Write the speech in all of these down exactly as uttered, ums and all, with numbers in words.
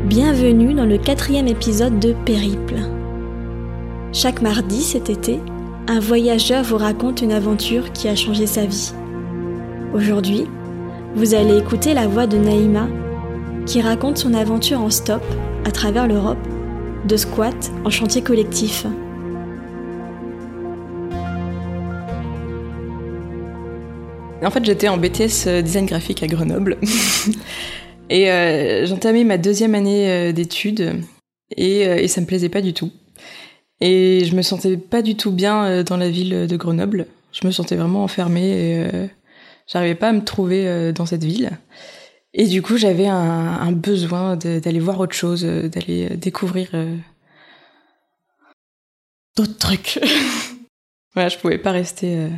Bienvenue dans le quatrième épisode de Périple. Chaque mardi cet été, un voyageur vous raconte une aventure qui a changé sa vie. Aujourd'hui, vous allez écouter la voix de Naïma, qui raconte son aventure en stop à travers l'Europe, de squat en chantier collectif. En fait, j'étais en B T S design graphique à Grenoble. Et euh, j'entamais ma deuxième année euh, d'études et, euh, et ça me plaisait pas du tout. Et je me sentais pas du tout bien euh, dans la ville de Grenoble. Je me sentais vraiment enfermée et euh, j'arrivais pas à me trouver euh, dans cette ville. Et du coup, j'avais un, un besoin de, d'aller voir autre chose, euh, d'aller découvrir euh, d'autres trucs. Voilà, je pouvais pas rester... Euh,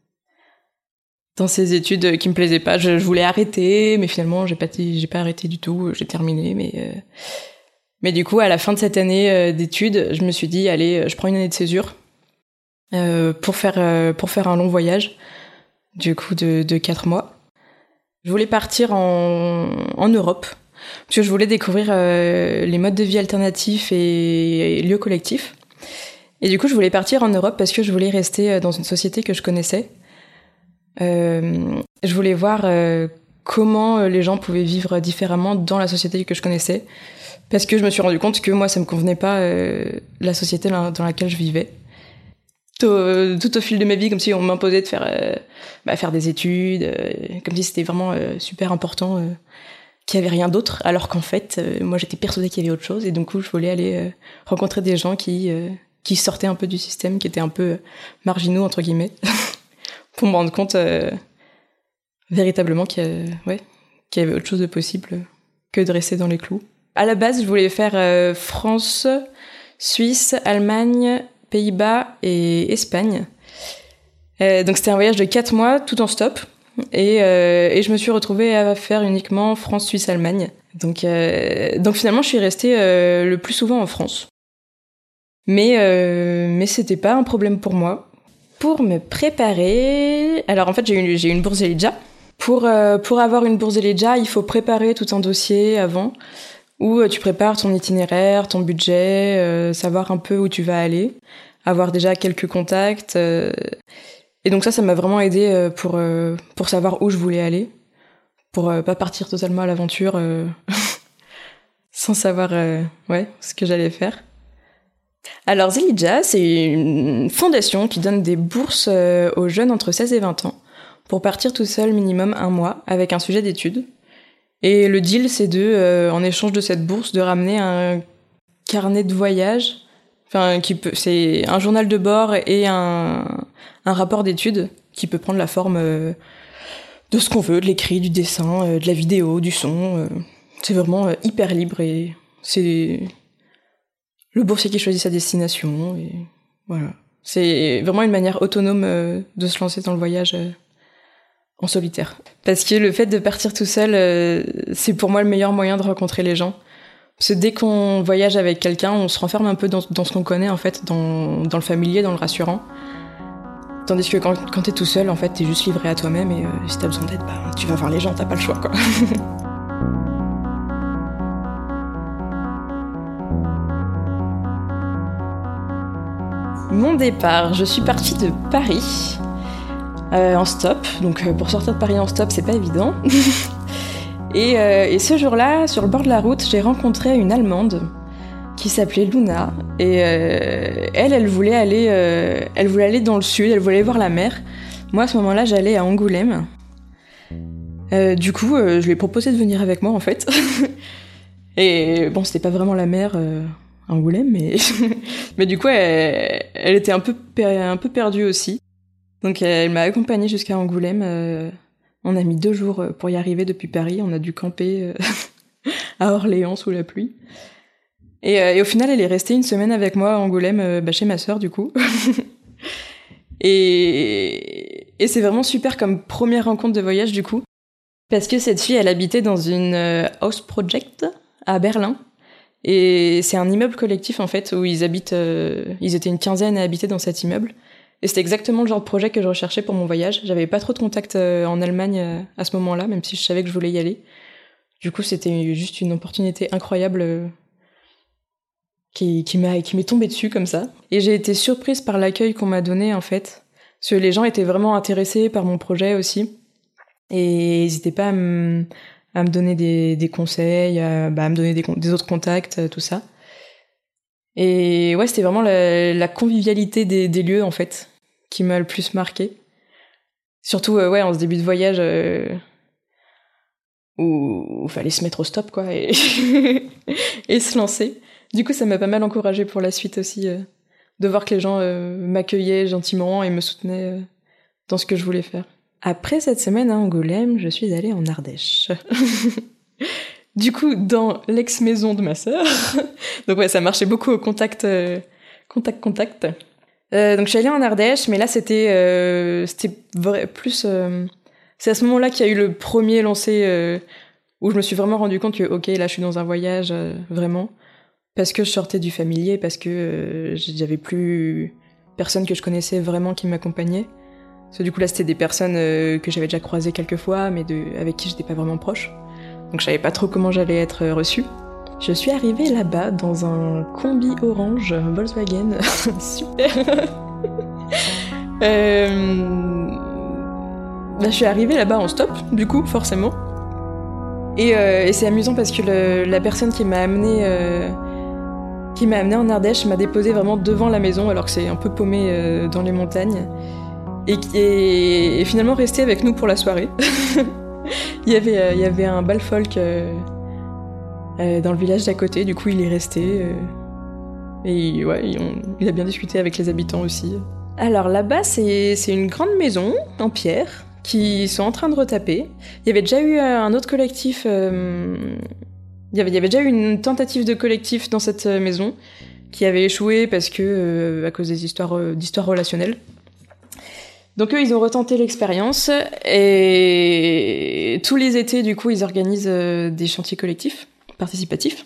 dans ces études qui me plaisaient pas. Je, je voulais arrêter, mais finalement, j'ai pas, j'ai pas arrêté du tout. J'ai terminé, mais euh... mais du coup, à la fin de cette année euh, d'études, je me suis dit, allez, je prends une année de césure euh, pour faire euh, pour faire un long voyage, du coup de de quatre mois. Je voulais partir en en Europe parce que je voulais découvrir euh, les modes de vie alternatifs et, et lieux collectifs. Et du coup, je voulais partir en Europe parce que je voulais rester dans une société que je connaissais. Euh, je voulais voir euh, comment les gens pouvaient vivre différemment dans la société que je connaissais, parce que je me suis rendu compte que moi ça me convenait pas euh, la société dans laquelle je vivais. Tout au, tout au fil de ma vie, comme si on m'imposait de faire euh, bah, faire des études, euh, comme si c'était vraiment euh, super important, euh, qu'il y avait rien d'autre, alors qu'en fait euh, moi j'étais persuadée qu'il y avait autre chose, et donc je voulais aller euh, rencontrer des gens qui euh, qui sortaient un peu du système, qui étaient un peu marginaux entre guillemets. Pour me rendre compte euh, véritablement qu'il y, a, ouais, qu'il y avait autre chose de possible que de rester dans les clous. À la base, je voulais faire euh, France, Suisse, Allemagne, Pays-Bas et Espagne. Euh, donc c'était un voyage de quatre mois, tout en stop. Et, euh, et je me suis retrouvée à faire uniquement France, Suisse, Allemagne. Donc, euh, donc finalement, je suis restée euh, le plus souvent en France. Mais, euh, mais c'était pas un problème pour moi. Pour me préparer, alors en fait j'ai eu, j'ai eu une bourse Elijah. Pour, euh, pour avoir une bourse Elijah, il faut préparer tout un dossier avant, où euh, tu prépares ton itinéraire, ton budget, euh, savoir un peu où tu vas aller, avoir déjà quelques contacts. Euh, et donc ça, ça m'a vraiment aidé euh, pour, euh, pour savoir où je voulais aller, pour euh, pas partir totalement à l'aventure euh, sans savoir euh, ouais, ce que j'allais faire. Alors Zelidja, c'est une fondation qui donne des bourses aux jeunes entre seize et vingt ans pour partir tout seul minimum un mois avec un sujet d'étude. Et le deal, c'est de, euh, en échange de cette bourse, de ramener un carnet de voyage, enfin qui peut, c'est un journal de bord et un, un rapport d'études qui peut prendre la forme euh, de ce qu'on veut, de l'écrit, du dessin, euh, de la vidéo, du son. Euh, c'est vraiment euh, hyper libre et c'est le boursier qui choisit sa destination, et voilà. C'est vraiment une manière autonome euh, de se lancer dans le voyage euh, en solitaire. Parce que le fait de partir tout seul, euh, c'est pour moi le meilleur moyen de rencontrer les gens. Parce que dès qu'on voyage avec quelqu'un, on se renferme un peu dans, dans ce qu'on connaît, en fait, dans, dans le familier, dans le rassurant. Tandis que quand, quand t'es tout seul, en fait, t'es juste livré à toi-même, et euh, si t'as besoin d'aide, bah, tu vas voir les gens, t'as pas le choix, quoi. Mon départ, je suis partie de Paris euh, en stop. Donc euh, pour sortir de Paris en stop, c'est pas évident. et, euh, et ce jour-là, sur le bord de la route, j'ai rencontré une Allemande qui s'appelait Luna. Et euh, elle, elle voulait aller, euh, elle voulait aller dans le sud, elle voulait aller voir la mer. Moi, à ce moment-là, j'allais à Angoulême. Euh, du coup, euh, je lui ai proposé de venir avec moi, en fait. Et bon, c'était pas vraiment la mer... Euh... Angoulême, mais mais du coup elle, elle était un peu per... un peu perdue aussi, donc elle m'a accompagnée jusqu'à Angoulême. Euh, on a mis deux jours pour y arriver depuis Paris, on a dû camper euh, à Orléans sous la pluie, et, euh, et au final elle est restée une semaine avec moi à Angoulême, euh, bah, chez ma sœur du coup. et et c'est vraiment super comme première rencontre de voyage du coup, parce que cette fille elle habitait dans une euh, house project à Berlin. Et c'est un immeuble collectif, en fait, où ils habitent, euh, ils étaient une quinzaine à habiter dans cet immeuble. Et c'était exactement le genre de projet que je recherchais pour mon voyage. J'avais pas trop de contacts euh, en Allemagne euh, à ce moment-là, même si je savais que je voulais y aller. Du coup, c'était juste une opportunité incroyable euh, qui, qui, m'a, qui m'est tombée dessus comme ça. Et j'ai été surprise par l'accueil qu'on m'a donné, en fait. Parce que les gens étaient vraiment intéressés par mon projet aussi. Et n'hésitaient pas à me, à me donner des, des conseils, à, bah, à me donner des, des autres contacts, tout ça. Et ouais, c'était vraiment la, la convivialité des, des lieux, en fait, qui m'a le plus marqué. Surtout, euh, ouais, en ce début de voyage... Euh, où il fallait se mettre au stop, quoi, et, et se lancer. Du coup, ça m'a pas mal encouragée pour la suite aussi, euh, de voir que les gens euh, m'accueillaient gentiment et me soutenaient euh, dans ce que je voulais faire. Après cette semaine à Angoulême, je suis allée en Ardèche. Du coup, dans l'ex-maison de ma sœur. Donc ouais, ça marchait beaucoup au contact, euh, contact, contact. Euh, donc je suis allée en Ardèche, mais là, c'était, euh, c'était vrai, plus... Euh, C'est à ce moment-là qu'il y a eu le premier lancé euh, où je me suis vraiment rendu compte que, ok, là, je suis dans un voyage, euh, vraiment, parce que je sortais du familier, parce que euh, j'avais plus personne que je connaissais vraiment qui m'accompagnait. Parce que du coup, là, c'était des personnes euh, que j'avais déjà croisées quelques fois, mais de, avec qui j'étais pas vraiment proche. Donc, je savais pas trop comment j'allais être reçue. Je suis arrivée là-bas dans un combi orange Volkswagen. Super. euh... Là, je suis arrivée là-bas en stop, du coup, forcément. Et, euh, et c'est amusant parce que le, la personne qui m'a amenée, euh, qui m'a amenée en Ardèche m'a déposée vraiment devant la maison, alors que c'est un peu paumé euh, dans les montagnes, et qui est, est finalement restée avec nous pour la soirée. il, y avait, euh, il y avait un bal folk euh, euh, dans le village d'à côté, du coup, il est resté. Euh, et ouais, il, on, il a bien discuté avec les habitants aussi. Alors là-bas, c'est, c'est une grande maison en pierre, qui sont en train de retaper. Il y avait déjà eu un autre collectif... Euh, il, y avait, il y avait déjà eu une tentative de collectif dans cette maison qui avait échoué parce que euh, à cause des histoires, euh, d'histoires relationnelles. Donc eux, ils ont retenté l'expérience et tous les étés, du coup, ils organisent euh, des chantiers collectifs, participatifs,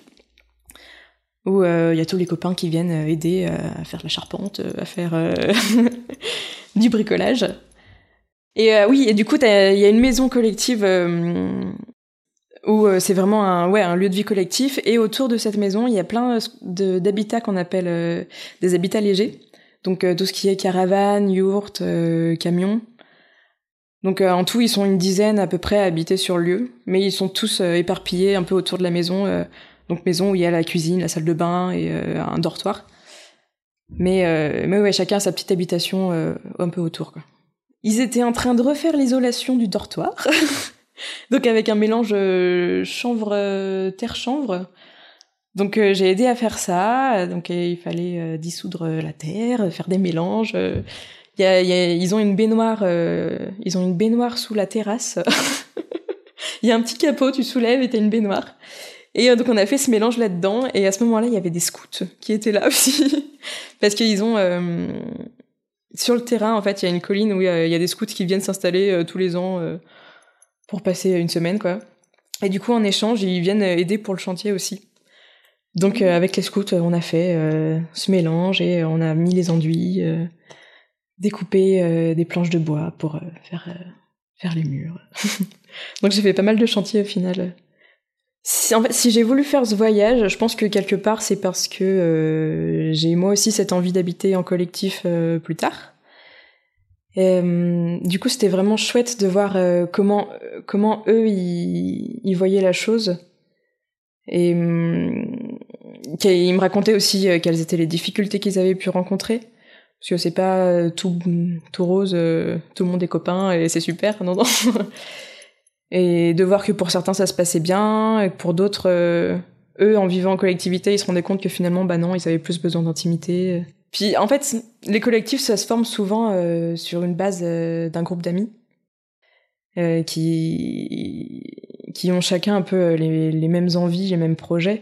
où il euh, y a tous les copains qui viennent aider à faire de la charpente, à faire euh, du bricolage. Et euh, oui, et du coup, il y a une maison collective euh, où euh, c'est vraiment un, ouais, un lieu de vie collectif. Et autour de cette maison, il y a plein de, d'habitats qu'on appelle euh, des habitats légers. Donc euh, tout ce qui est caravane, yourte, euh, camion. Donc euh, en tout, ils sont une dizaine à peu près à habiter sur le lieu. Mais ils sont tous euh, éparpillés un peu autour de la maison. Euh, donc maison où il y a la cuisine, la salle de bain et euh, un dortoir. Mais, euh, mais ouais, chacun a sa petite habitation euh, un peu autour, quoi. Ils étaient en train de refaire l'isolation du dortoir, donc avec un mélange euh, chanvre euh, terre chanvre. Donc euh, j'ai aidé à faire ça. Donc euh, il fallait euh, dissoudre la terre, faire des mélanges. Euh, y a, y a, ils ont une baignoire, euh, ils ont une baignoire sous la terrasse. Il y a un petit capot, tu soulèves et t'as une baignoire. Et euh, donc on a fait ce mélange là-dedans. Et à ce moment-là, il y avait des scouts qui étaient là aussi, parce qu'ils ont euh, sur le terrain, en fait, il y a une colline où il y, y a des scouts qui viennent s'installer euh, tous les ans euh, pour passer une semaine, quoi. Et du coup, en échange, ils viennent aider pour le chantier aussi. Donc, euh, avec les scouts, on a fait euh, ce mélange et on a mis les enduits, euh, découpé euh, des planches de bois pour euh, faire, euh, faire les murs. Donc, j'ai fait pas mal de chantiers au final. Si, en fait, si j'ai voulu faire ce voyage, je pense que quelque part, c'est parce que euh, j'ai moi aussi cette envie d'habiter en collectif euh, plus tard. Et, euh, du coup, c'était vraiment chouette de voir euh, comment euh, comment eux ils, ils voyaient la chose. Et euh, ils me racontaient aussi euh, quelles étaient les difficultés qu'ils avaient pu rencontrer. Parce que c'est pas tout tout rose, euh, tout le monde est copain et c'est super. Non, non. Et de voir que pour certains ça se passait bien, et pour d'autres, euh, eux, en vivant en collectivité, ils se rendaient compte que finalement, bah non, ils avaient plus besoin d'intimité. Puis en fait, les collectifs, ça se forme souvent euh, sur une base euh, d'un groupe d'amis euh, qui qui ont chacun un peu les, les mêmes envies, les mêmes projets,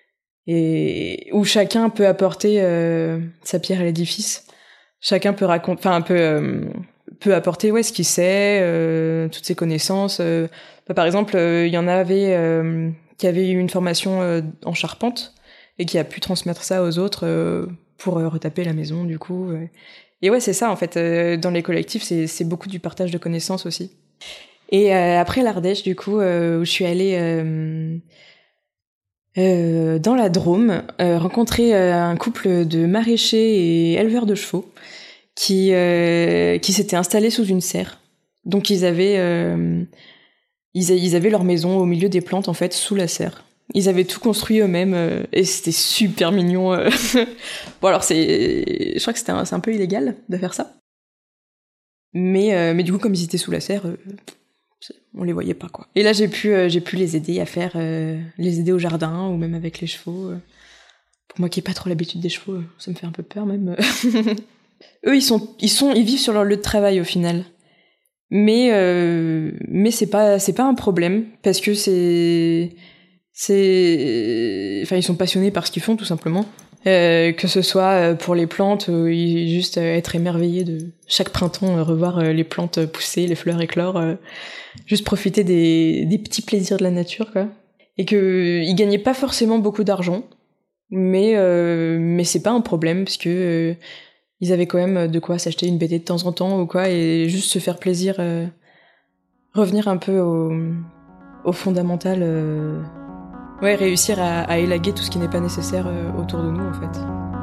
et où chacun peut apporter euh, sa pierre à l'édifice. Chacun peut raconter, enfin un peu. Euh, peut apporter ouais ce qu'il sait, euh, toutes ses connaissances. Euh, bah, par exemple, il euh, y en avait euh, qui avait eu une formation euh, en charpente et qui a pu transmettre ça aux autres euh, pour euh, retaper la maison du coup. Ouais. Et ouais, c'est ça en fait. Euh, dans les collectifs, c'est c'est beaucoup du partage de connaissances aussi. Et euh, après l'Ardèche, du coup, euh, où je suis allée euh, euh, dans la Drôme, euh, rencontrer euh, un couple de maraîchers et éleveurs de chevaux qui euh, qui s'étaient installés sous une serre. Donc ils avaient euh, ils, ils avaient leur maison au milieu des plantes en fait, sous la serre. Ils avaient tout construit eux-mêmes euh, et c'était super mignon. Euh. Bon alors c'est, je crois que c'était un, c'est un peu illégal de faire ça. Mais euh, mais du coup comme ils étaient sous la serre, euh, on les voyait pas quoi. Et là j'ai pu euh, j'ai pu les aider à faire euh, les aider au jardin ou même avec les chevaux. Euh. Pour moi qui ai pas trop l'habitude des chevaux, ça me fait un peu peur même. Eux ils sont ils sont ils vivent sur leur lieu de travail au final. Mais euh, mais c'est pas c'est pas un problème parce que c'est c'est enfin ils sont passionnés par ce qu'ils font tout simplement. Euh, que ce soit pour les plantes, euh, juste être émerveillé de chaque printemps, euh, revoir euh, les plantes pousser, les fleurs éclore, euh, juste profiter des, des petits plaisirs de la nature, quoi. Et que ils gagnaient pas forcément beaucoup d'argent, mais euh, mais c'est pas un problème parce que euh, ils avaient quand même de quoi s'acheter une B D de temps en temps ou quoi et juste se faire plaisir, euh, revenir un peu au, au fondamental. Euh, Ouais, réussir à, à élaguer tout ce qui n'est pas nécessaire euh, autour de nous, en fait.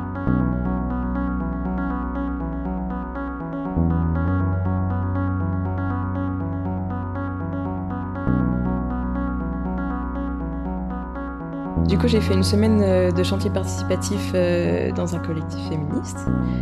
Du coup, j'ai fait une semaine euh, de chantier participatif euh, dans un collectif féministe.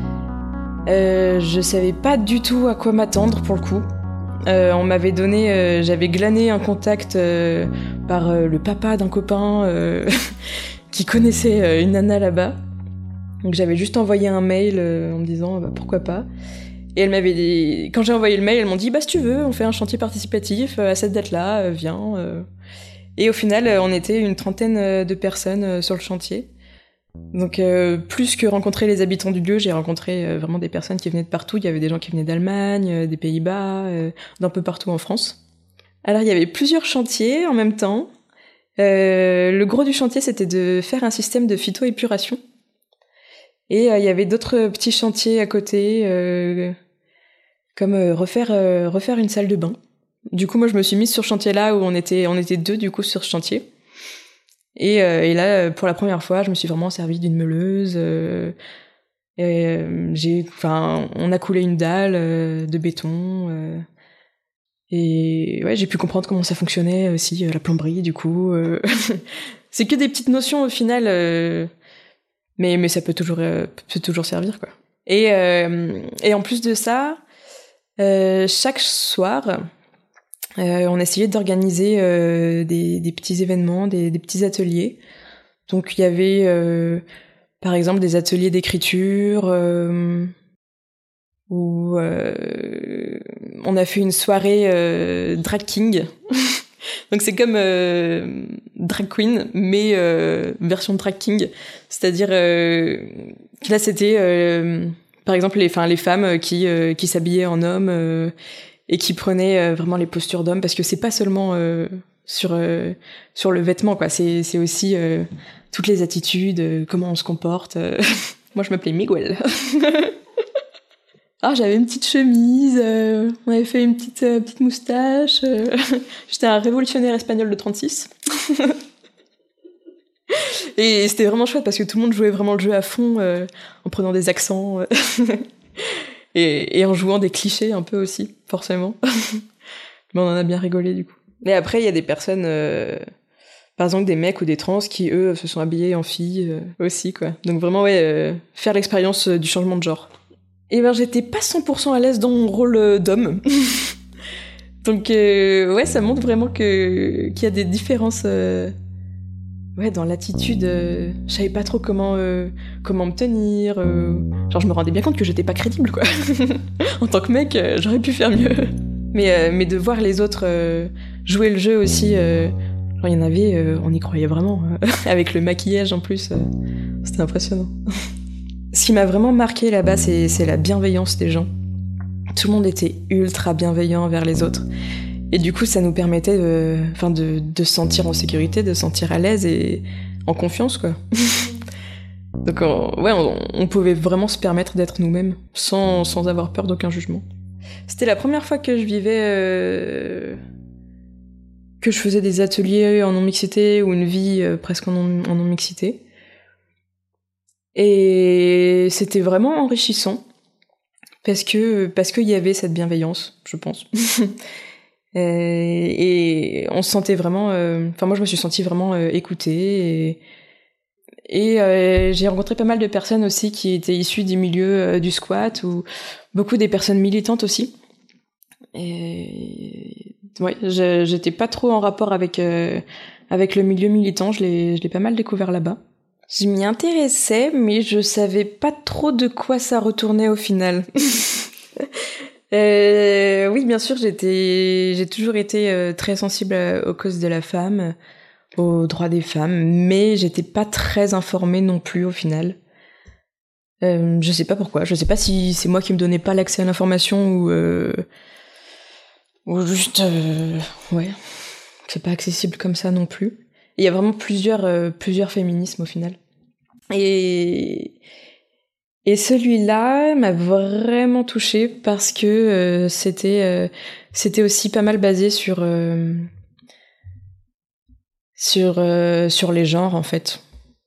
Euh, je savais pas du tout à quoi m'attendre, pour le coup. Euh, on m'avait donné, euh, j'avais glané un contact euh, par euh, le papa d'un copain euh, qui connaissait euh, une nana là-bas. Donc j'avais juste envoyé un mail euh, en me disant bah, pourquoi pas. Et elle m'avait dit, quand j'ai envoyé le mail, elles m'ont dit bah si tu veux, on fait un chantier participatif euh, à cette date-là, euh, viens. Euh. Et au final, euh, on était une trentaine euh, de personnes euh, sur le chantier. Donc euh, plus que rencontrer les habitants du lieu, j'ai rencontré euh, vraiment des personnes qui venaient de partout. Il y avait des gens qui venaient d'Allemagne, euh, des Pays-Bas, euh, d'un peu partout en France. Alors il y avait plusieurs chantiers en même temps. Euh, le gros du chantier, c'était de faire un système de phytoépuration. Et euh, il y avait d'autres petits chantiers à côté, euh, comme euh, refaire euh, refaire une salle de bain. Du coup, moi, je me suis mise sur ce chantier-là où on était on était deux du coup sur ce chantier. Et, euh, et là, pour la première fois, je me suis vraiment servie d'une meuleuse. Euh, et, euh, j'ai, enfin, on a coulé une dalle euh, de béton. Euh, et ouais, j'ai pu comprendre comment ça fonctionnait aussi, euh, la plomberie, du coup. Euh, c'est que des petites notions au final, euh, mais mais ça peut toujours euh, peut toujours servir quoi. Et euh, et en plus de ça, euh, chaque soir. Euh, on essayait d'organiser euh, des, des petits événements, des, des petits ateliers. Donc il y avait euh, par exemple des ateliers d'écriture euh, où euh, on a fait une soirée euh, drag king. Donc c'est comme euh, drag queen mais euh, version drag king, c'est-à-dire euh, que là c'était euh, par exemple les, enfin, les femmes qui euh, qui s'habillaient en hommes. Euh, et qui prenait euh, vraiment les postures d'hommes parce que c'est pas seulement euh, sur euh, sur le vêtement quoi, c'est c'est aussi euh, toutes les attitudes, euh, comment on se comporte. Euh. Moi je m'appelais Miguel. Ah, j'avais une petite chemise, euh, on avait fait une petite euh, petite moustache, euh. J'étais un révolutionnaire espagnol de trente-six. Et c'était vraiment chouette parce que tout le monde jouait vraiment le jeu à fond euh, en prenant des accents. Euh. Et, et en jouant des clichés un peu aussi, forcément. Mais on en a bien rigolé du coup. Mais après, il y a des personnes, euh, par exemple des mecs ou des trans qui, eux, se sont habillés en filles euh, aussi, quoi. Donc vraiment, ouais, euh, faire l'expérience du changement de genre. Et ben, j'étais pas cent pour cent à l'aise dans mon rôle d'homme. Donc, euh, ouais, ça montre vraiment que qu'il y a des différences... Euh, Ouais, dans l'attitude, euh, je savais pas trop comment euh, comment me tenir. Euh, genre, je me rendais bien compte que j'étais pas crédible, quoi. En tant que mec, euh, j'aurais pu faire mieux. Mais euh, mais de voir les autres euh, jouer le jeu aussi, euh, genre il y en avait, euh, on y croyait vraiment, euh, avec le maquillage en plus, euh, c'était impressionnant. Ce qui m'a vraiment marqué là-bas, c'est c'est la bienveillance des gens. Tout le monde était ultra bienveillant envers les autres. Et du coup, ça nous permettait de, enfin, de, de se sentir en sécurité, de se sentir à l'aise et en confiance, quoi. Donc, on, ouais, on, on pouvait vraiment se permettre d'être nous-mêmes, sans, sans avoir peur d'aucun jugement. C'était la première fois que je vivais euh, que je faisais des ateliers en non-mixité ou une vie euh, presque en non- en non-mixité. Et c'était vraiment enrichissant parce que parce qu'il y avait cette bienveillance, je pense. et, et on se sentait vraiment... Enfin, euh, moi, je me suis sentie vraiment euh, écoutée. Et, et euh, j'ai rencontré pas mal de personnes aussi qui étaient issues du milieu euh, du squat, ou beaucoup des personnes militantes aussi. Et ouais, je, j'étais pas trop en rapport avec euh, avec le milieu militant. Je l'ai je l'ai pas mal découvert là-bas. Je m'y intéressais, mais je savais pas trop de quoi ça retournait au final. euh, oui, bien sûr, j'étais, j'ai toujours été euh, très sensible aux causes de la femme, aux droits des femmes, mais j'étais pas très informée non plus au final. Euh, je sais pas pourquoi. Je sais pas si c'est moi qui me donnais pas l'accès à l'information ou euh, ou juste euh, ouais, c'est pas accessible comme ça non plus. Il y a vraiment plusieurs euh, plusieurs féminismes au final. Et et celui-là m'a vraiment touchée parce que euh, c'était euh, c'était aussi pas mal basé sur euh, sur euh, sur les genres en fait.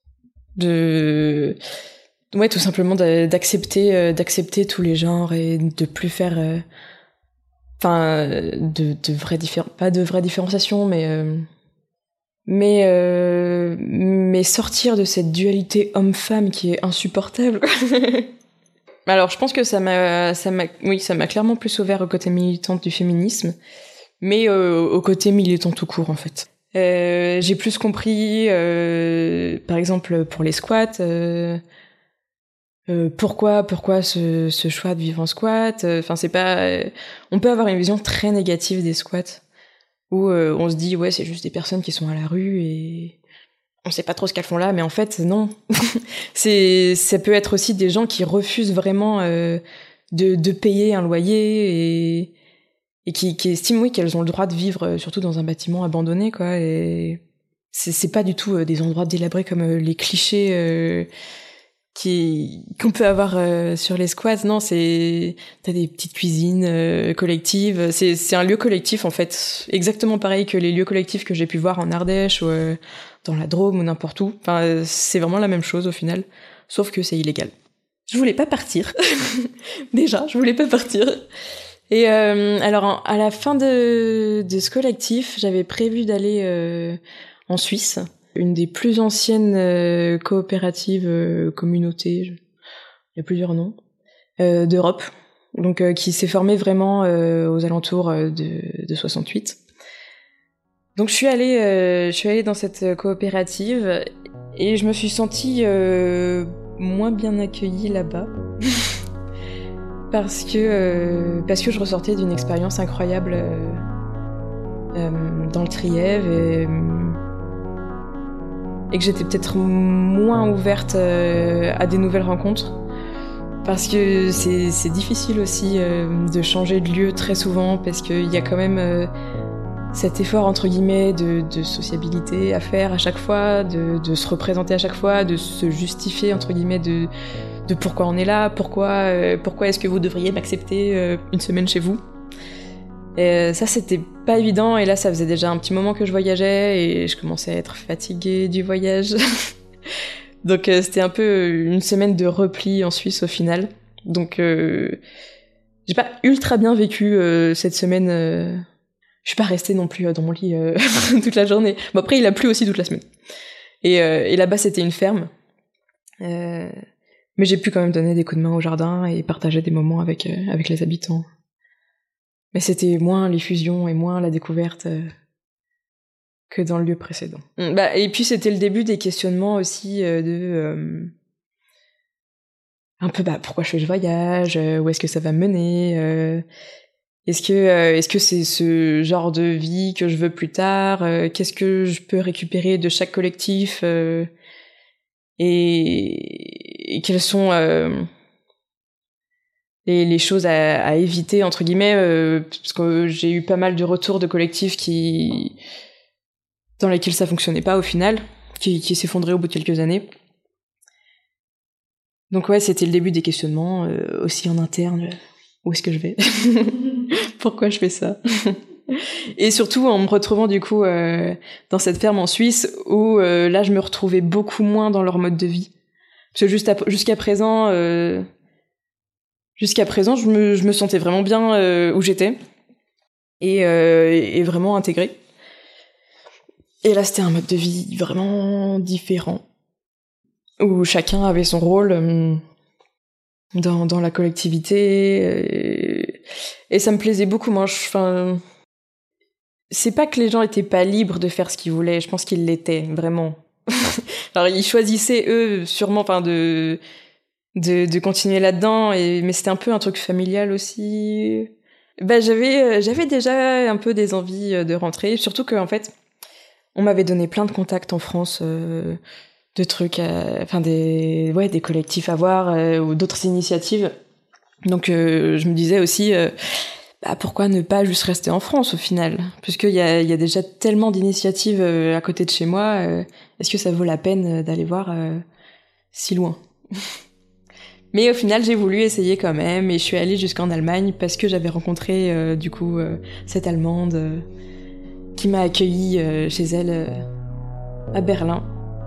De ouais, tout simplement d'accepter euh, d'accepter tous les genres et de plus faire euh, enfin de de vraies diffé- pas de vraie différenciation, mais euh, mais euh, mais sortir de cette dualité homme-femme qui est insupportable. Alors je pense que ça m'a ça m'a oui, ça m'a clairement plus ouvert au côté militant du féminisme, mais euh, au côté militant tout court en fait. Euh, j'ai plus compris euh, par exemple pour les squats euh, euh, pourquoi pourquoi ce ce choix de vivre en squat. Enfin c'est pas euh, on peut avoir une vision très négative des squats où euh, on se dit ouais, c'est juste des personnes qui sont à la rue et on sait pas trop ce qu'elles font là, mais en fait non. c'est ça peut être aussi des gens qui refusent vraiment euh, de de payer un loyer et et qui qui estiment oui qu'elles ont le droit de vivre euh, surtout dans un bâtiment abandonné quoi. Et c'est c'est pas du tout euh, des endroits délabrés comme euh, les clichés euh, qui qu'on peut avoir euh, sur les squats. Non, c'est t'as des petites cuisines euh, collectives. C'est c'est un lieu collectif en fait, exactement pareil que les lieux collectifs que j'ai pu voir en Ardèche ou euh, dans la Drôme ou n'importe où. Enfin, c'est vraiment la même chose au final, sauf que c'est illégal. Je voulais pas partir. Déjà, je voulais pas partir. Et euh, alors à la fin de de ce collectif, j'avais prévu d'aller euh, en Suisse, une des plus anciennes euh, coopératives euh, communautés, il y a plusieurs noms, euh, d'Europe, donc euh, qui s'est formée vraiment euh, aux alentours de, de soixante-huit. Donc je suis allée, euh, je suis allée dans cette coopérative et je me suis sentie euh, moins bien accueillie là-bas. parce que euh, parce que je ressortais d'une expérience incroyable euh, euh, dans le Trièves et et que j'étais peut-être moins ouverte euh, à des nouvelles rencontres parce que c'est c'est difficile aussi euh, de changer de lieu très souvent parce qu'il y a quand même euh, cet effort entre guillemets de, de sociabilité à faire à chaque fois, de, de se représenter à chaque fois, de se justifier entre guillemets de de pourquoi on est là, pourquoi euh, pourquoi est-ce que vous devriez m'accepter euh, une semaine chez vous. Et ça, c'était pas évident, et là, ça faisait déjà un petit moment que je voyageais, et je commençais à être fatiguée du voyage. Donc euh, c'était un peu une semaine de repli en Suisse au final. Donc euh, j'ai pas ultra bien vécu euh, cette semaine. Euh... Je suis pas restée non plus euh, dans mon lit euh, toute la journée. Bon après, il a plu aussi toute la semaine. Et, euh, et là-bas, c'était une ferme. Euh... Mais j'ai pu quand même donner des coups de main au jardin et partager des moments avec, euh, avec les habitants. Mais c'était moins l'effusion et moins la découverte euh, que dans le lieu précédent. Bah, et puis c'était le début des questionnements aussi euh, de... Euh, un peu, bah, pourquoi je fais ce voyage, euh, où est-ce que ça va me mener, euh, est-ce que euh, est-ce que c'est ce genre de vie que je veux plus tard, euh, qu'est-ce que je peux récupérer de chaque collectif, euh, et, et quelles sont... Euh, Les, les choses à, à éviter entre guillemets euh, parce que j'ai eu pas mal de retours de collectifs qui dans lesquels ça fonctionnait pas au final, qui, qui s'effondraient au bout de quelques années. Donc ouais, c'était le début des questionnements euh, aussi en interne. Où est-ce que je vais? Pourquoi je fais ça? Et surtout en me retrouvant du coup euh, dans cette ferme en Suisse où euh, là je me retrouvais beaucoup moins dans leur mode de vie. Parce que juste à, jusqu'à présent, euh, jusqu'à présent, je me, je me sentais vraiment bien euh, où j'étais et, euh, et vraiment intégrée. Et là, c'était un mode de vie vraiment différent où chacun avait son rôle euh, dans, dans la collectivité et, et ça me plaisait beaucoup. Moi, enfin, c'est pas que les gens étaient pas libres de faire ce qu'ils voulaient. Je pense qu'ils l'étaient vraiment. Alors ils choisissaient eux sûrement, enfin de de de continuer là-dedans. Et mais c'était un peu un truc familial aussi. Bah j'avais j'avais déjà un peu des envies de rentrer, surtout que en fait on m'avait donné plein de contacts en France. Euh, de trucs, à, enfin des, ouais, des collectifs à voir euh, ou d'autres initiatives. Donc euh, je me disais aussi, euh, bah, pourquoi ne pas juste rester en France au final, puisqu'il y a, il y a déjà tellement d'initiatives euh, à côté de chez moi. Euh, est-ce que ça vaut la peine d'aller voir euh, si loin? Mais au final, j'ai voulu essayer quand même, et je suis allée jusqu'en Allemagne parce que j'avais rencontré euh, du coup euh, cette Allemande euh, qui m'a accueillie euh, chez elle euh, à Berlin.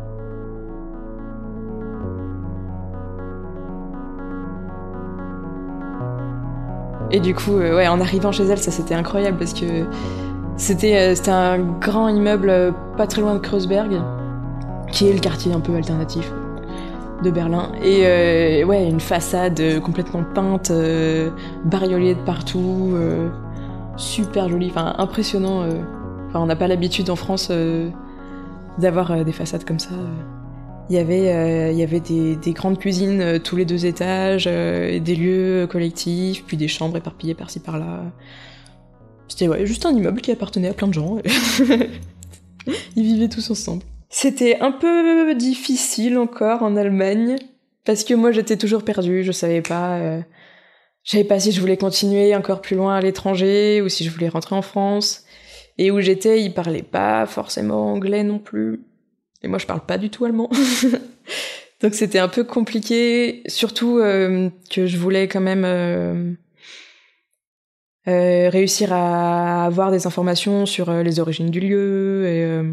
Et du coup, euh, ouais, en arrivant chez elle, ça c'était incroyable parce que c'était euh, c'était un grand immeuble euh, pas très loin de Kreuzberg, qui est le quartier un peu alternatif de Berlin. Et euh, ouais, une façade complètement peinte, euh, bariolée de partout, euh, super jolie, enfin impressionnant. Euh. Enfin, on n'a pas l'habitude en France euh, d'avoir euh, des façades comme ça. Il y avait, euh, il y avait des, des grandes cuisines euh, tous les deux étages, euh, et des lieux collectifs, puis des chambres éparpillées par-ci par-là. C'était ouais, juste un immeuble qui appartenait à plein de gens. Ils vivaient tous ensemble. C'était un peu difficile encore en Allemagne, parce que moi j'étais toujours perdue, je savais pas... Euh, je savais pas si je voulais continuer encore plus loin à l'étranger, ou si je voulais rentrer en France. Et où j'étais, ils parlaient pas forcément anglais non plus. Et moi, je parle pas du tout allemand. Donc c'était un peu compliqué, surtout euh, que je voulais quand même euh, euh, réussir à avoir des informations sur euh, les origines du lieu et, euh,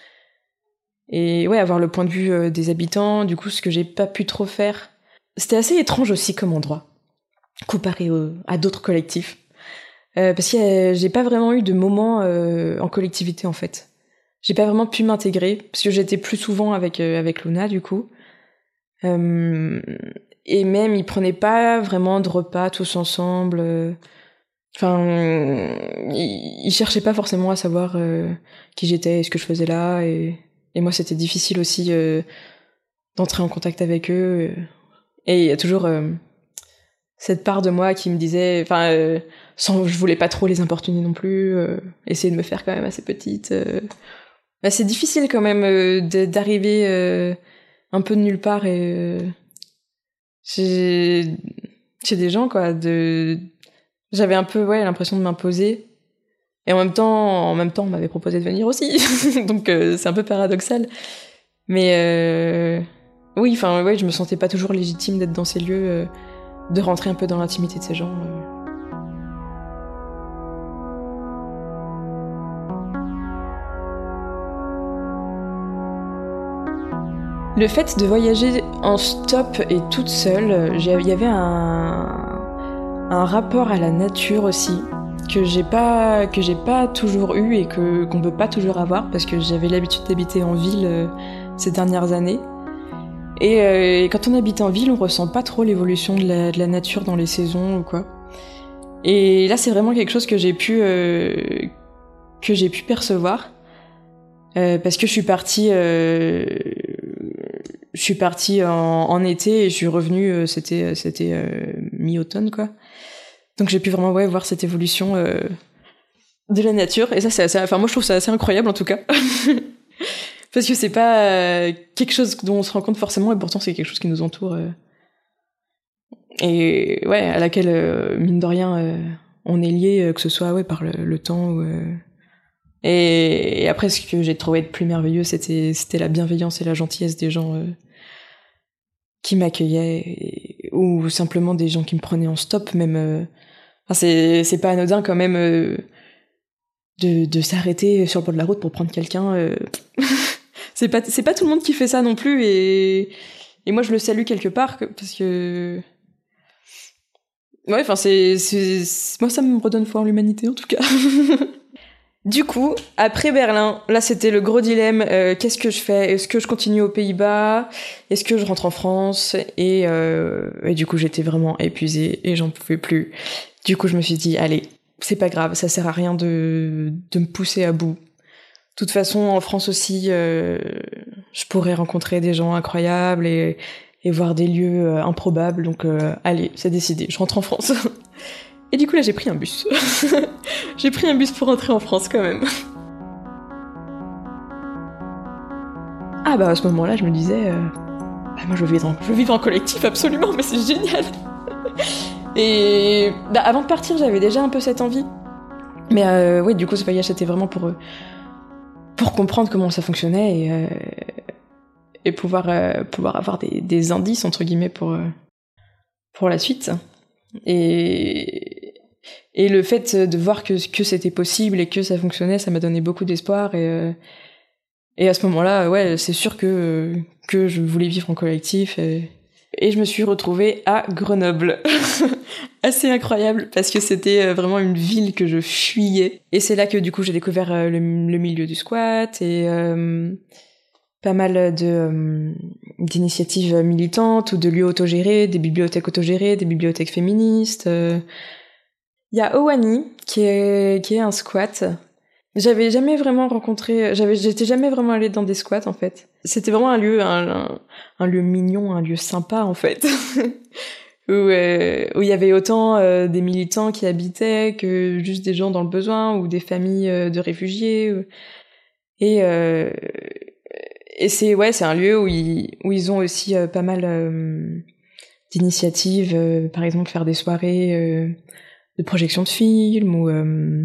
et ouais, avoir le point de vue euh, des habitants. Du coup, ce que j'ai pas pu trop faire. C'était assez étrange aussi comme endroit, comparé au, à d'autres collectifs. Euh, parce que j'ai pas vraiment eu de moment euh, en collectivité, en fait. J'ai pas vraiment pu m'intégrer, parce que j'étais plus souvent avec, euh, avec Luna, du coup. Euh, et même, ils prenaient pas vraiment de repas tous ensemble. Euh, enfin, ils, ils cherchaient pas forcément à savoir euh, qui j'étais et ce que je faisais là. Et, et moi, c'était difficile aussi euh, d'entrer en contact avec eux. Et il y a toujours euh, cette part de moi qui me disait... Enfin, euh, sans, je voulais pas trop les importuner non plus. Euh, essayer de me faire quand même assez petite... Euh, Bah, c'est difficile quand même euh, de, d'arriver euh, un peu de nulle part et euh, chez, chez des gens quoi. De, j'avais un peu ouais l'impression de m'imposer et en même temps, en même temps, on m'avait proposé de venir aussi, donc euh, c'est un peu paradoxal. Mais euh, oui, enfin ouais, je me sentais pas toujours légitime d'être dans ces lieux, euh, de rentrer un peu dans l'intimité de ces gens. Euh. Le fait de voyager en stop et toute seule, il y avait un, un rapport à la nature aussi que j'ai pas que j'ai pas toujours eu et que qu'on peut pas toujours avoir parce que j'avais l'habitude d'habiter en ville euh, ces dernières années. Et, euh, et quand on habite en ville, on ressent pas trop l'évolution de la, de la nature dans les saisons ou quoi. Et là, c'est vraiment quelque chose que j'ai pu euh, que j'ai pu percevoir euh, parce que je suis partie. Euh, Je suis partie en, en été et je suis revenue, euh, c'était, c'était euh, mi-automne, quoi. Donc j'ai pu vraiment ouais, voir cette évolution euh, de la nature. Et ça, c'est assez... Enfin, moi, je trouve ça assez incroyable, en tout cas. Parce que c'est pas euh, quelque chose dont on se rend compte forcément, et pourtant, c'est quelque chose qui nous entoure. Euh, et ouais, à laquelle, euh, mine de rien, euh, on est lié, euh, que ce soit ouais, par le, le temps ou... Euh... Et, et après, ce que j'ai trouvé de plus merveilleux, c'était, c'était la bienveillance et la gentillesse des gens... Euh, qui m'accueillaient ou simplement des gens qui me prenaient en stop même euh... enfin, c'est c'est pas anodin quand même euh... de, de s'arrêter sur le bord de la route pour prendre quelqu'un. Euh... c'est pas, c'est pas tout le monde qui fait ça non plus, et, et moi je le salue quelque part, parce que, ouais, enfin, c'est, c'est, c'est, moi ça me redonne foi en l'humanité en tout cas. Du coup, après Berlin, là c'était le gros dilemme, euh, qu'est-ce que je fais ? Est-ce que je continue aux Pays-Bas ? Est-ce que je rentre en France ? et, euh, et du coup j'étais vraiment épuisée et j'en pouvais plus. Du coup je me suis dit, allez, c'est pas grave, ça sert à rien de, de me pousser à bout. De toute façon, en France aussi, euh, je pourrais rencontrer des gens incroyables et, et voir des lieux euh, improbables, donc euh, allez, c'est décidé, je rentre en France. Et du coup là j'ai pris un bus. J'ai pris un bus pour rentrer en France quand même. Ah bah à ce moment-là je me disais, euh, bah moi je veux vivre en, je veux vivre en collectif absolument, mais c'est génial. Et bah, avant de partir j'avais déjà un peu cette envie. Mais euh, oui, du coup ce voyage c'était vraiment pour, euh, pour comprendre comment ça fonctionnait et, euh, et pouvoir, euh, pouvoir avoir des, des indices entre guillemets pour, euh, pour la suite. Et, et le fait de voir que, que c'était possible et que ça fonctionnait, ça m'a donné beaucoup d'espoir. Et, euh, et à ce moment-là, ouais, c'est sûr que, que je voulais vivre en collectif. Et, et je me suis retrouvée à Grenoble. Assez incroyable, parce que c'était vraiment une ville que je fuyais. Et c'est là que du coup j'ai découvert le, le milieu du squat et... Euh, pas mal de euh, d'initiatives militantes ou de lieux autogérés, des bibliothèques autogérées, des bibliothèques féministes. Il euh... y a Owani qui est qui est un squat. J'avais jamais vraiment rencontré, j'avais j'étais jamais vraiment allée dans des squats en fait. C'était vraiment un lieu un, un, un lieu mignon, un lieu sympa en fait. où euh, où il y avait autant euh, des militants qui habitaient que juste des gens dans le besoin ou des familles euh, de réfugiés. Ou... Et euh, Et c'est ouais, c'est un lieu où ils où ils ont aussi euh, pas mal euh, d'initiatives, euh, par exemple faire des soirées euh, de projection de films ou euh,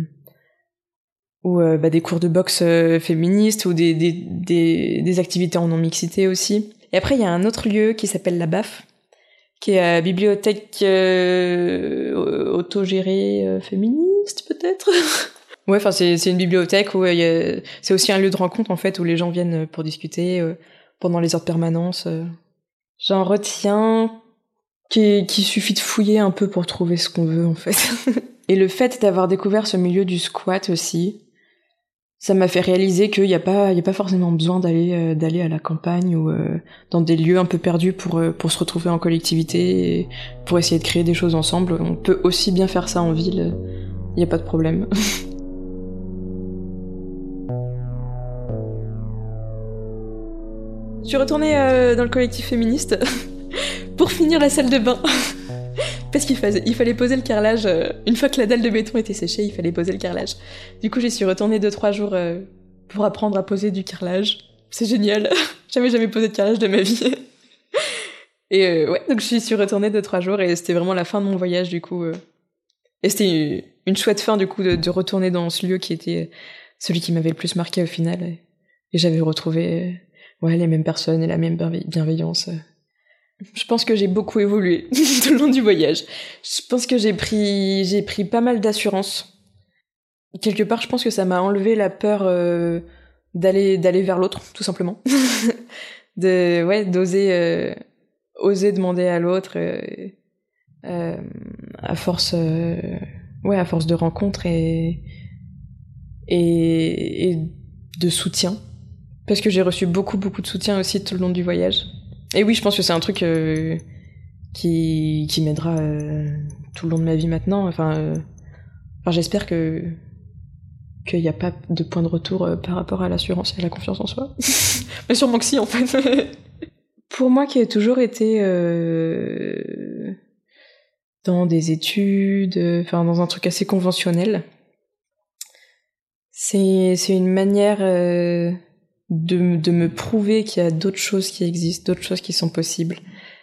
ou euh, bah, des cours de boxe euh, féministes ou des des des des activités en non mixité aussi. Et après il y a un autre lieu qui s'appelle la B A F, qui est la bibliothèque euh, autogérée euh, féministe peut-être. Ouais, enfin c'est c'est une bibliothèque où il y a, c'est aussi un lieu de rencontre en fait où les gens viennent pour discuter euh, pendant les heures de permanence. Euh. J'en retiens qu'il qu'il suffit de fouiller un peu pour trouver ce qu'on veut en fait. Et le fait d'avoir découvert ce milieu du squat aussi, ça m'a fait réaliser qu'il y a pas il y a pas forcément besoin d'aller euh, d'aller à la campagne ou euh, dans des lieux un peu perdus pour euh, pour se retrouver en collectivité et pour essayer de créer des choses ensemble. On peut aussi bien faire ça en ville. Il y a pas de problème. Je suis retournée euh, dans le collectif féministe pour finir la salle de bain. Parce qu'il fallait, il fallait poser le carrelage. Euh, une fois que la dalle de béton était séchée, il fallait poser le carrelage. Du coup, j'y suis retournée deux trois jours euh, pour apprendre à poser du carrelage. C'est génial. J'avais jamais posé de carrelage de ma vie. Et euh, ouais, donc j'y suis retournée deux trois jours et c'était vraiment la fin de mon voyage du coup. Euh. Et c'était une chouette fin du coup de, de retourner dans ce lieu qui était celui qui m'avait le plus marqué au final. Et, et j'avais retrouvé... Ouais, les mêmes personnes et la même bienveillance. Je pense que j'ai beaucoup évolué tout le long du voyage. Je pense que j'ai pris, j'ai pris pas mal d'assurance. Quelque part, je pense que ça m'a enlevé la peur euh, d'aller, d'aller vers l'autre, tout simplement. de, ouais, d'oser, euh, oser demander à l'autre, euh, euh, à force, euh, ouais, à force de rencontres et, et, et de soutien. Parce que j'ai reçu beaucoup, beaucoup de soutien aussi tout le long du voyage. Et oui, je pense que c'est un truc euh, qui, qui m'aidera euh, tout le long de ma vie maintenant. Enfin, euh, enfin j'espère que qu'il n'y a pas de point de retour euh, par rapport à l'assurance et à la confiance en soi. Mais sûrement que si, en fait. Pour moi, qui ai toujours été euh, dans des études, enfin dans un truc assez conventionnel, c'est, c'est une manière... Euh, De, de me prouver qu'il y a d'autres choses qui existent, d'autres choses qui sont possibles.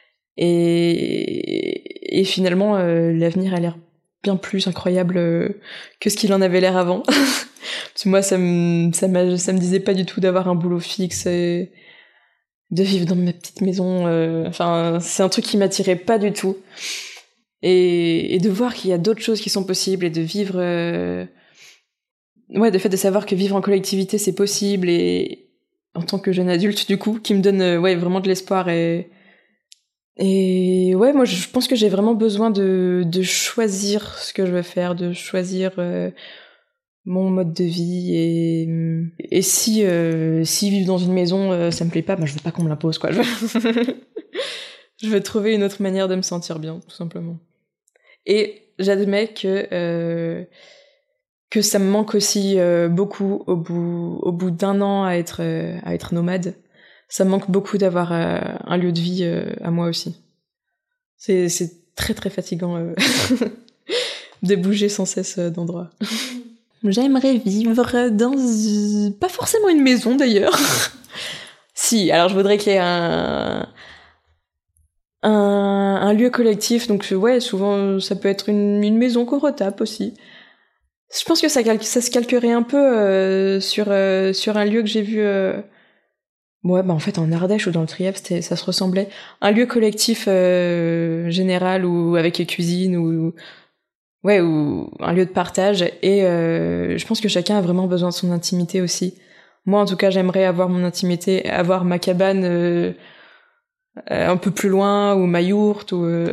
Et, et finalement, euh, l'avenir a l'air bien plus incroyable euh, que ce qu'il en avait l'air avant. Parce que moi, ça me, ça, m'a, ça me disait pas du tout d'avoir un boulot fixe et de vivre dans ma petite maison. Euh, enfin, c'est un truc qui m'attirait pas du tout. Et, et de voir qu'il y a d'autres choses qui sont possibles et de vivre... Euh, ouais, le fait de savoir que vivre en collectivité c'est possible, et en tant que jeune adulte du coup, qui me donne euh, ouais vraiment de l'espoir. et et ouais, moi je pense que j'ai vraiment besoin de de choisir ce que je veux faire, de choisir euh, mon mode de vie, et et si euh, si vivre dans une maison euh, ça me plaît pas, bah je veux pas qu'on me l'impose quoi. Je veux... je veux trouver une autre manière de me sentir bien, tout simplement. Et j'admets que euh, que ça me manque aussi euh, beaucoup au bout au bout d'un an à être euh, à être nomade. Ça me manque beaucoup d'avoir euh, un lieu de vie euh, à moi aussi. C'est c'est très très fatigant euh, de bouger sans cesse euh, d'endroit. J'aimerais vivre dans pas forcément une maison d'ailleurs. Si, alors je voudrais qu'il y ait un un, un lieu collectif, donc ouais, souvent ça peut être une, une maison qu'on retape aussi. Je pense que ça, ça se calquerait un peu euh, sur euh, sur un lieu que j'ai vu. Euh... Ouais, bah en fait en Ardèche ou dans le Trièves, ça se ressemblait. Un lieu collectif euh, général, ou avec les cuisines, ou ouais, ou un lieu de partage. Et euh, je pense que chacun a vraiment besoin de son intimité aussi. Moi, en tout cas, j'aimerais avoir mon intimité, avoir ma cabane euh, un peu plus loin, ou ma yourte, ou euh...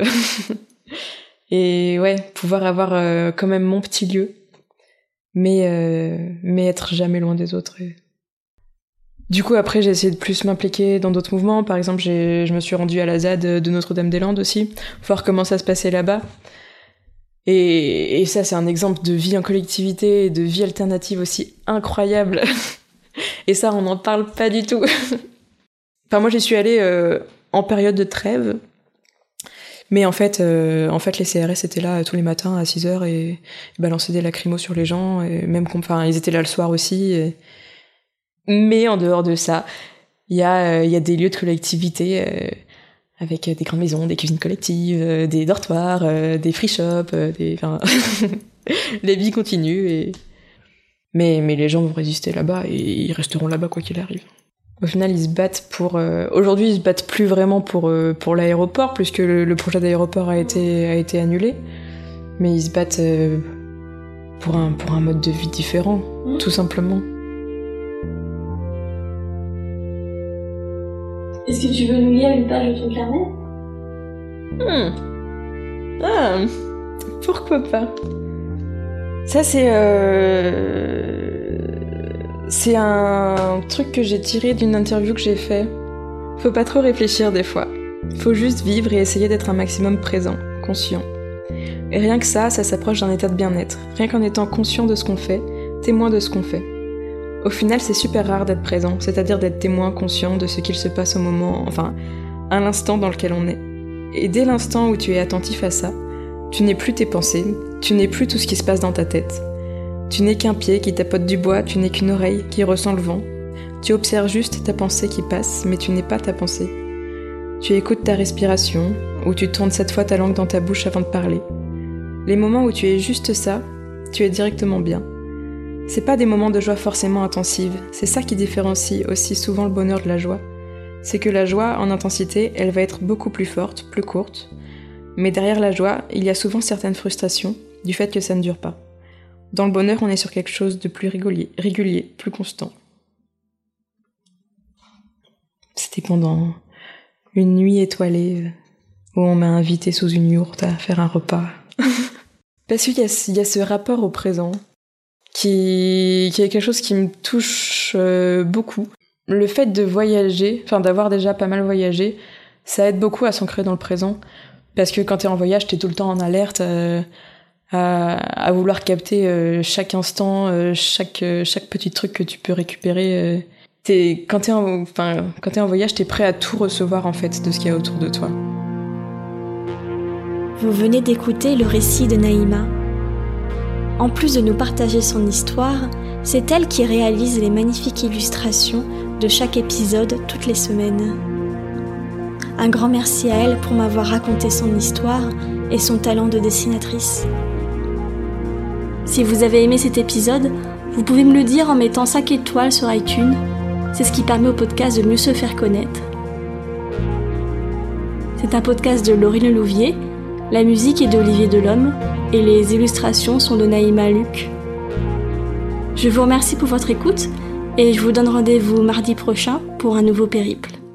et ouais, pouvoir avoir euh, quand même mon petit lieu, mais euh, mais être jamais loin des autres. Et... Du coup, après, j'ai essayé de plus m'impliquer dans d'autres mouvements. Par exemple, j'ai, je me suis rendue à la Z A D de Notre-Dame-des-Landes aussi, voir comment ça se passait là-bas. Et, et ça, c'est un exemple de vie en collectivité, de vie alternative aussi incroyable. Et ça, on n'en parle pas du tout. Enfin, moi, j'y suis allée euh, en période de trêve. Mais en fait, euh, en fait, les C R S étaient là tous les matins à six heures et, et balançaient des lacrymos sur les gens. Et même, enfin, ils étaient là le soir aussi. Et... Mais en dehors de ça, il y a, il y a des lieux de collectivité euh, avec des grandes maisons, des cuisines collectives, euh, des dortoirs, euh, des free shops, euh, des, enfin, les vies continuent. Et... Mais, mais les gens vont résister là-bas et ils resteront là-bas quoi qu'il arrive. Au final, ils se battent pour... Euh, aujourd'hui, ils se battent plus vraiment pour, euh, pour l'aéroport, puisque le, le projet d'aéroport a été, a été annulé. Mais ils se battent euh, pour, un, pour un mode de vie différent, mmh. tout simplement. Est-ce que tu veux nous lire une page de ton carnet ? mmh. Ah, pourquoi pas. Ça, c'est... Euh... C'est un truc que j'ai tiré d'une interview que j'ai fait. Faut pas trop réfléchir des fois. Faut juste vivre et essayer d'être un maximum présent, conscient. Et rien que ça, ça s'approche d'un état de bien-être. Rien qu'en étant conscient de ce qu'on fait, témoin de ce qu'on fait. Au final, c'est super rare d'être présent, c'est-à-dire d'être témoin conscient de ce qu'il se passe au moment, enfin, à l'instant dans lequel on est. Et dès l'instant où tu es attentif à ça, tu n'es plus tes pensées, tu n'es plus tout ce qui se passe dans ta tête. Tu n'es qu'un pied qui tapote du bois, tu n'es qu'une oreille qui ressent le vent. Tu observes juste ta pensée qui passe, mais tu n'es pas ta pensée. Tu écoutes ta respiration, ou tu tournes cette fois ta langue dans ta bouche avant de parler. Les moments où tu es juste ça, tu es directement bien. C'est pas des moments de joie forcément intensives, c'est ça qui différencie aussi souvent le bonheur de la joie. C'est que la joie, en intensité, elle va être beaucoup plus forte, plus courte. Mais derrière la joie, il y a souvent certaines frustrations, du fait que ça ne dure pas. Dans le bonheur, on est sur quelque chose de plus régulier, régulier, plus constant. C'était pendant une nuit étoilée où on m'a invité sous une yourte à faire un repas. Parce qu'il y a, il y a ce rapport au présent qui, qui est quelque chose qui me touche euh, beaucoup. Le fait de voyager, enfin d'avoir déjà pas mal voyagé, ça aide beaucoup à s'ancrer dans le présent. Parce que quand t'es en voyage, t'es tout le temps en alerte, euh, à, à vouloir capter euh, chaque instant, euh, chaque, euh, chaque petit truc que tu peux récupérer. Euh. T'es, quand, t'es en, enfin, quand t'es en voyage, t'es prêt à tout recevoir en fait de ce qu'il y a autour de toi. Vous venez d'écouter le récit de Naïma. En plus de nous partager son histoire, c'est elle qui réalise les magnifiques illustrations de chaque épisode toutes les semaines. Un grand merci à elle pour m'avoir raconté son histoire et son talent de dessinatrice. Si vous avez aimé cet épisode, vous pouvez me le dire en mettant cinq étoiles sur iTunes. C'est ce qui permet au podcast de mieux se faire connaître. C'est un podcast de Laurie Lelouvier, la musique est d'Olivier Delhomme et les illustrations sont de Naïma Luc. Je vous remercie pour votre écoute et je vous donne rendez-vous mardi prochain pour un nouveau périple.